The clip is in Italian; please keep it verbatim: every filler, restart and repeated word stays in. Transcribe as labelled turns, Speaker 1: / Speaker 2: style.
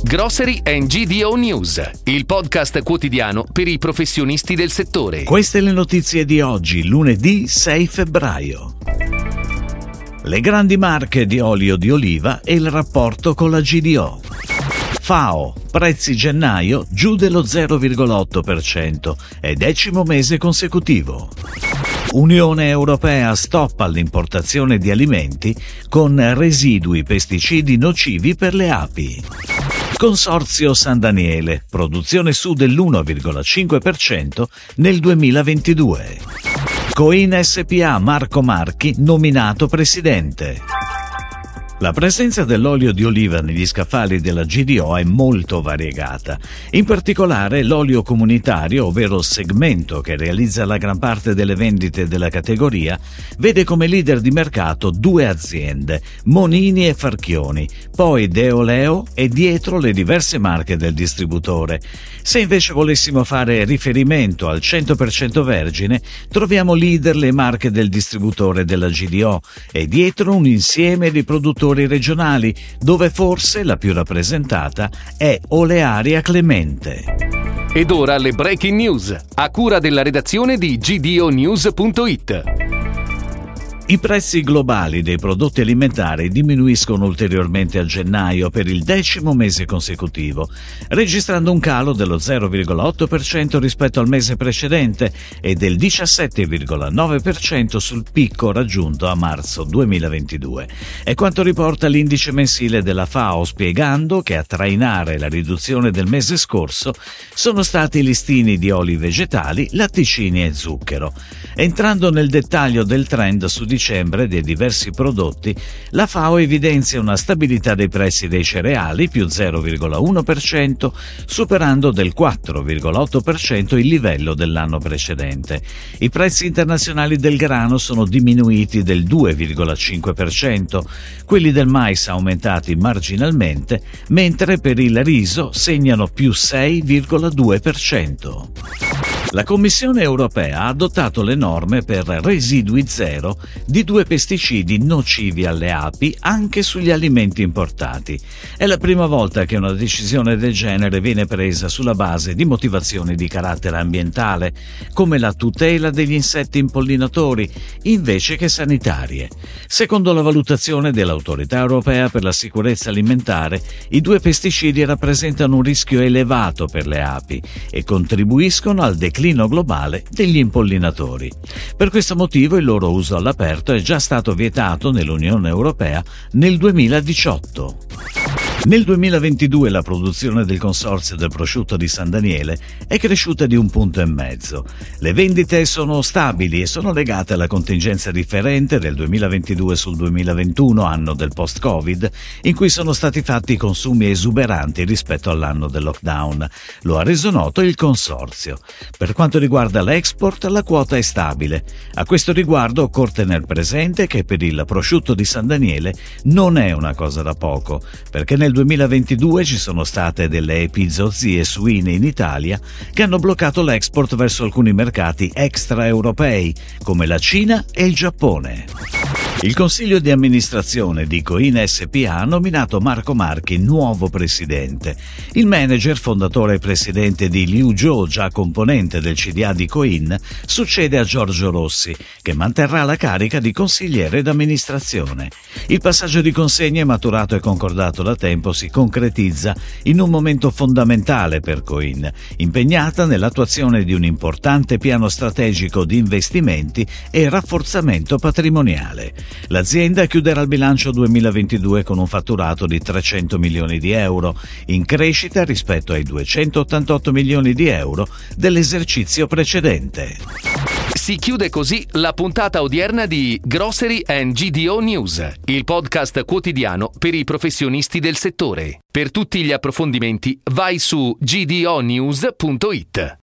Speaker 1: Grocery and G D O News, il podcast quotidiano per i professionisti del settore.
Speaker 2: Queste le notizie di oggi, lunedì sei febbraio. Le grandi marche di olio di oliva e il rapporto con la G D O. F A O, prezzi gennaio giù dello zero virgola otto per cento, è decimo mese consecutivo. Unione Europea stop all'importazione di alimenti con residui pesticidi nocivi per le api. Consorzio San Daniele, produzione su dell'uno virgola cinque per cento nel duemilaventidue. Coin S P A Marco Marchi nominato presidente. La presenza dell'olio di oliva negli scaffali della G D O è molto variegata. In particolare l'olio comunitario, ovvero segmento che realizza la gran parte delle vendite della categoria, vede come leader di mercato due aziende, Monini e Farchioni, poi Deoleo e dietro le diverse marche del distributore. Se invece volessimo fare riferimento al cento per cento vergine, troviamo leader le marche del distributore della G D O e dietro un insieme di produttori regionali, dove forse la più rappresentata è Olearia Clemente.
Speaker 1: Ed ora le breaking news, a cura della redazione di G D O News punto it.
Speaker 2: I prezzi globali dei prodotti alimentari diminuiscono ulteriormente a gennaio per il decimo mese consecutivo, registrando un calo dello zero virgola otto per cento rispetto al mese precedente e del diciassette virgola nove per cento sul picco raggiunto a marzo duemilaventidue. È quanto riporta l'indice mensile della F A O, spiegando che a trainare la riduzione del mese scorso sono stati i listini di oli vegetali, latticini e zucchero. Entrando nel dettaglio del trend su dicembre dei diversi prodotti, la F A O evidenzia una stabilità dei prezzi dei cereali più zero virgola uno per cento, superando del quattro virgola otto per cento il livello dell'anno precedente. I prezzi internazionali del grano sono diminuiti del due virgola cinque per cento, quelli del mais aumentati marginalmente, mentre per il riso segnano più sei virgola due per cento. La Commissione europea ha adottato le norme per residui zero di due pesticidi nocivi alle api anche sugli alimenti importati. È la prima volta che una decisione del genere viene presa sulla base di motivazioni di carattere ambientale, come la tutela degli insetti impollinatori, invece che sanitarie. Secondo la valutazione dell'Autorità europea per la sicurezza alimentare, i due pesticidi rappresentano un rischio elevato per le api e contribuiscono al declino globale degli impollinatori. Per questo motivo il loro uso all'aperto è già stato vietato nell'Unione Europea nel duemiladiciotto. Nel duemilaventidue la produzione del consorzio del prosciutto di San Daniele è cresciuta di un punto e mezzo. Le vendite sono stabili e sono legate alla contingenza differente del duemilaventidue sul duemilaventuno, anno del post-Covid, in cui sono stati fatti consumi esuberanti rispetto all'anno del lockdown. Lo ha reso noto il consorzio. Per quanto riguarda l'export, la quota è stabile. A questo riguardo occorre tener presente che per il prosciutto di San Daniele non è una cosa da poco, perché nel duemilaventidue ci sono state delle epizoozie suine in Italia che hanno bloccato l'export verso alcuni mercati extraeuropei come la Cina e il Giappone. Il consiglio di amministrazione di Coin S P A ha nominato Marco Marchi nuovo presidente. Il manager, fondatore e presidente di Liu Zhou, già componente del C D A di Coin, succede a Giorgio Rossi, che manterrà la carica di consigliere d'amministrazione. Il passaggio di consegne, maturato e concordato da tempo, si concretizza in un momento fondamentale per Coin, impegnata nell'attuazione di un importante piano strategico di investimenti e rafforzamento patrimoniale. L'azienda chiuderà il bilancio duemilaventidue con un fatturato di trecento milioni di euro, in crescita rispetto ai duecentottantotto milioni di euro dell'esercizio precedente.
Speaker 1: Si chiude così la puntata odierna di Grocery and G D O News, il podcast quotidiano per i professionisti del settore. Per tutti gli approfondimenti vai su G D O News punto it.